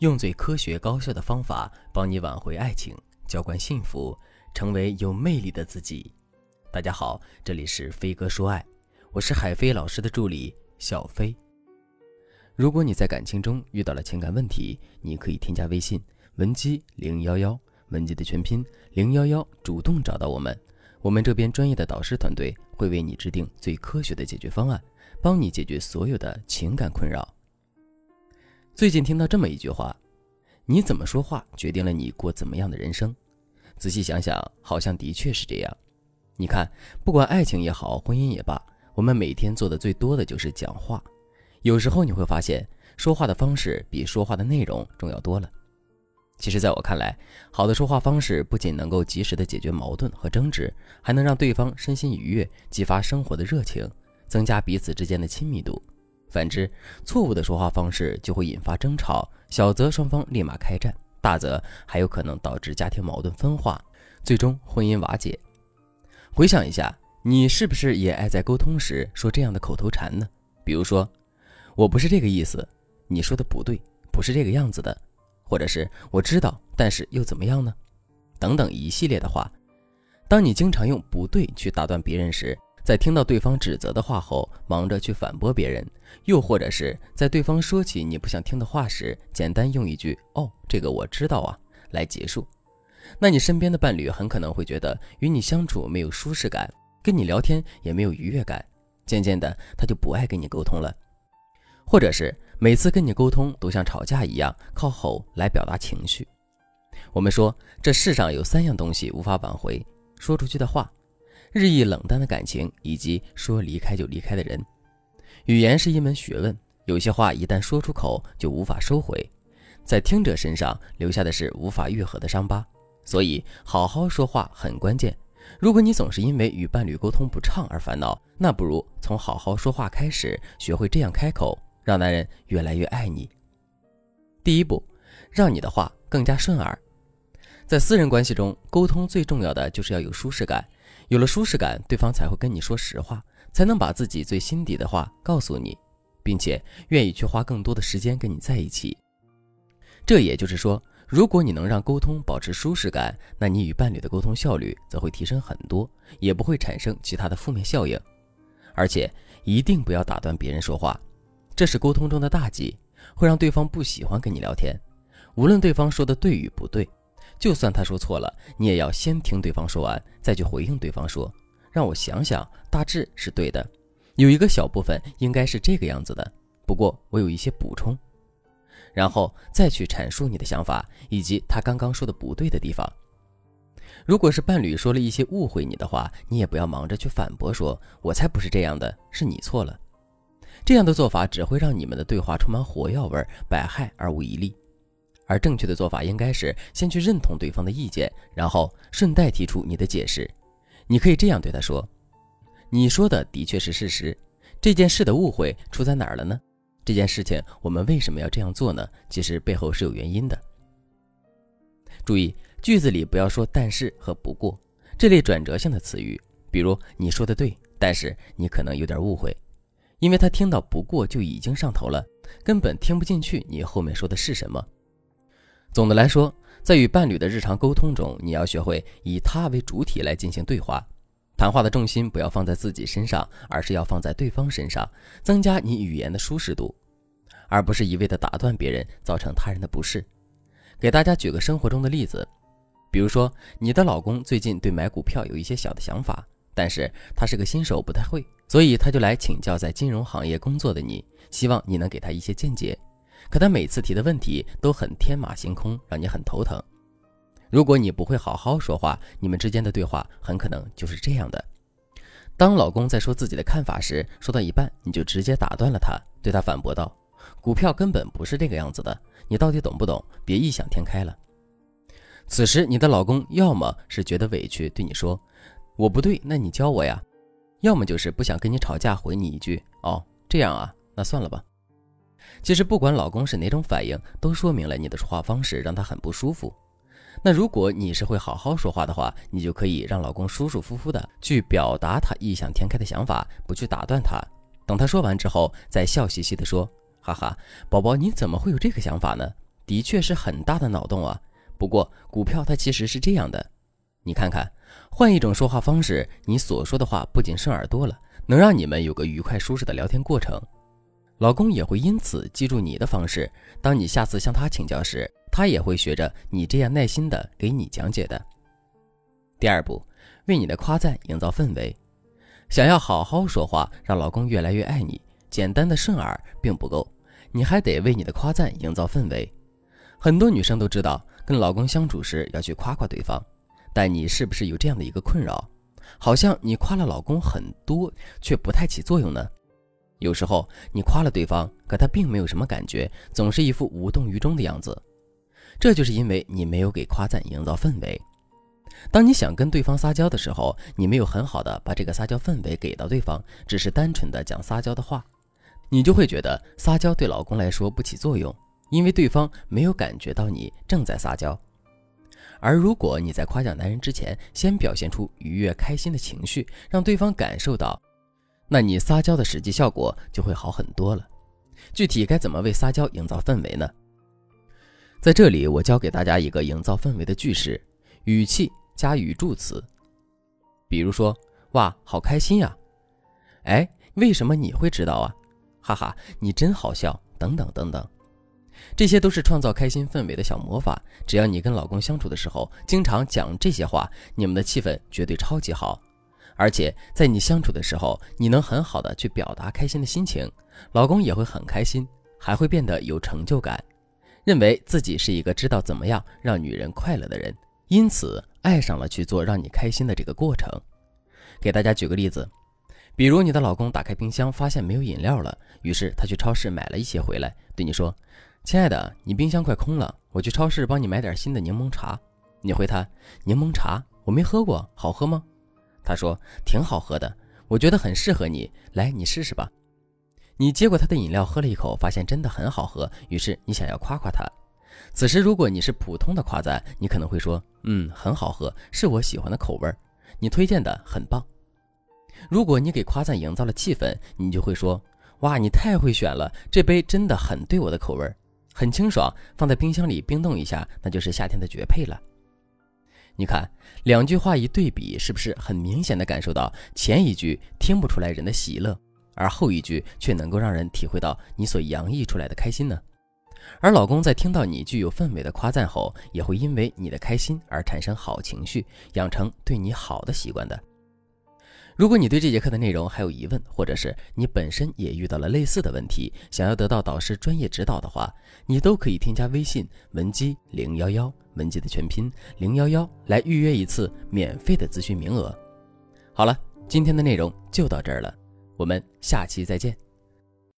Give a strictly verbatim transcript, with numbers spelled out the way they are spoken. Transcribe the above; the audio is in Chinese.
用最科学高效的方法帮你挽回爱情，浇灌幸福，成为有魅力的自己。大家好，这里是飞哥说爱，我是海飞老师的助理小飞。如果你在感情中遇到了情感问题，你可以添加微信文姬零一一，文姬的全拼零一一，主动找到我们，我们这边专业的导师团队会为你制定最科学的解决方案，帮你解决所有的情感困扰。最近听到这么一句话，你怎么说话决定了你过怎么样的人生。仔细想想，好像的确是这样。你看，不管爱情也好，婚姻也罢，我们每天做的最多的就是讲话。有时候你会发现，说话的方式比说话的内容重要多了。其实在我看来，好的说话方式不仅能够及时的解决矛盾和争执，还能让对方身心愉悦，激发生活的热情，增加彼此之间的亲密度。反之，错误的说话方式就会引发争吵，小则双方立马开战，大则还有可能导致家庭矛盾分化，最终婚姻瓦解。回想一下，你是不是也爱在沟通时说这样的口头禅呢？比如说，我不是这个意思，你说的不对，不是这个样子的，或者是我知道，但是又怎么样呢？等等一系列的话。当你经常用不对去打断别人时，在听到对方指责的话后，忙着去反驳别人，又或者是在对方说起你不想听的话时，简单用一句哦，这个我知道啊来结束，那你身边的伴侣很可能会觉得与你相处没有舒适感，跟你聊天也没有愉悦感，渐渐的他就不爱跟你沟通了。或者是每次跟你沟通都像吵架一样，靠吼来表达情绪。我们说，这世上有三样东西无法挽回：说出去的话，日益冷淡的感情，以及说离开就离开的人。语言是一门学问，有些话一旦说出口就无法收回，在听者身上留下的是无法愈合的伤疤。所以好好说话很关键。如果你总是因为与伴侣沟通不畅而烦恼，那不如从好好说话开始，学会这样开口，让男人越来越爱你。第一步，让你的话更加顺耳。在私人关系中，沟通最重要的就是要有舒适感，有了舒适感，对方才会跟你说实话，才能把自己最心底的话告诉你，并且愿意去花更多的时间跟你在一起。这也就是说，如果你能让沟通保持舒适感，那你与伴侣的沟通效率则会提升很多，也不会产生其他的负面效应。而且一定不要打断别人说话，这是沟通中的大忌，会让对方不喜欢跟你聊天。无论对方说的对与不对，就算他说错了，你也要先听对方说完，再去回应对方说，让我想想，大致是对的，有一个小部分应该是这个样子的，不过我有一些补充，然后再去阐述你的想法，以及他刚刚说的不对的地方。如果是伴侣说了一些误会你的话，你也不要忙着去反驳说，我才不是这样的，是你错了。这样的做法只会让你们的对话充满火药味，百害而无一利。而正确的做法应该是先去认同对方的意见，然后顺带提出你的解释。你可以这样对他说，你说的的确是事实，这件事的误会出在哪儿了呢？这件事情我们为什么要这样做呢？其实背后是有原因的。注意，句子里不要说但是和不过这类转折性的词语，比如你说的对，但是你可能有点误会，因为他听到不过就已经上头了，根本听不进去你后面说的是什么。总的来说，在与伴侣的日常沟通中，你要学会以他为主体来进行对话，谈话的重心不要放在自己身上，而是要放在对方身上，增加你语言的舒适度，而不是一味的打断别人，造成他人的不适。给大家举个生活中的例子，比如说你的老公最近对买股票有一些小的想法，但是他是个新手，不太会，所以他就来请教在金融行业工作的你，希望你能给他一些见解。可他每次提的问题都很天马行空，让你很头疼。如果你不会好好说话，你们之间的对话很可能就是这样的。当老公在说自己的看法时，说到一半你就直接打断了他，对他反驳道，股票根本不是这个样子的，你到底懂不懂？别异想天开了。此时你的老公要么是觉得委屈对你说，我不对，那你教我呀，要么就是不想跟你吵架，回你一句，哦，这样啊，那算了吧。其实不管老公是哪种反应，都说明了你的说话方式让他很不舒服。那如果你是会好好说话的话，你就可以让老公舒舒服服的去表达他异想天开的想法，不去打断他。等他说完之后，再笑嘻嘻的说，哈哈，宝宝你怎么会有这个想法呢？ 的确是很大的脑洞啊。不过股票它其实是这样的，你看看，换一种说话方式，你所说的话不仅顺耳朵了，能让你们有个愉快舒适的聊天过程。老公也会因此记住你的方式，当你下次向他请教时，他也会学着你这样耐心的给你讲解的。第二步，为你的夸赞营造氛围。想要好好说话，让老公越来越爱你，简单的顺耳并不够，你还得为你的夸赞营造氛围。很多女生都知道跟老公相处时要去夸夸对方，但你是不是有这样的一个困扰，好像你夸了老公很多，却不太起作用呢？有时候你夸了对方，可他并没有什么感觉，总是一副无动于衷的样子。这就是因为你没有给夸赞营造氛围。当你想跟对方撒娇的时候，你没有很好的把这个撒娇氛围给到对方，只是单纯的讲撒娇的话，你就会觉得撒娇对老公来说不起作用，因为对方没有感觉到你正在撒娇。而如果你在夸奖男人之前，先表现出愉悦开心的情绪，让对方感受到，那你撒娇的实际效果就会好很多了。具体该怎么为撒娇营造氛围呢？在这里我教给大家一个营造氛围的句式，语气加语助词。比如说，哇，好开心呀！哎，为什么你会知道啊？哈哈，你真好笑，等等等等。这些都是创造开心氛围的小魔法，只要你跟老公相处的时候经常讲这些话，你们的气氛绝对超级好。而且在你相处的时候，你能很好的去表达开心的心情，老公也会很开心，还会变得有成就感，认为自己是一个知道怎么样让女人快乐的人，因此爱上了去做让你开心的这个过程。给大家举个例子，比如你的老公打开冰箱发现没有饮料了，于是他去超市买了一些回来，对你说，亲爱的，你冰箱快空了，我去超市帮你买点新的柠檬茶。你回他，柠檬茶我没喝过，好喝吗？他说，挺好喝的，我觉得很适合你，来，你试试吧。你接过他的饮料喝了一口，发现真的很好喝，于是你想要夸夸他。此时如果你是普通的夸赞，你可能会说，嗯，很好喝，是我喜欢的口味，你推荐的很棒。如果你给夸赞营造了气氛，你就会说，哇，你太会选了，这杯真的很对我的口味，很清爽，放在冰箱里冰冻一下，那就是夏天的绝配了。你看，两句话一对比，是不是很明显的感受到前一句听不出来人的喜乐，而后一句却能够让人体会到你所洋溢出来的开心呢？而老公在听到你具有氛围的夸赞后，也会因为你的开心而产生好情绪，养成对你好的习惯的。如果你对这节课的内容还有疑问，或者是你本身也遇到了类似的问题，想要得到导师专业指导的话，你都可以添加微信文姬零一一，文姬的全拼零一一，来预约一次免费的咨询名额。好了，今天的内容就到这儿了，我们下期再见。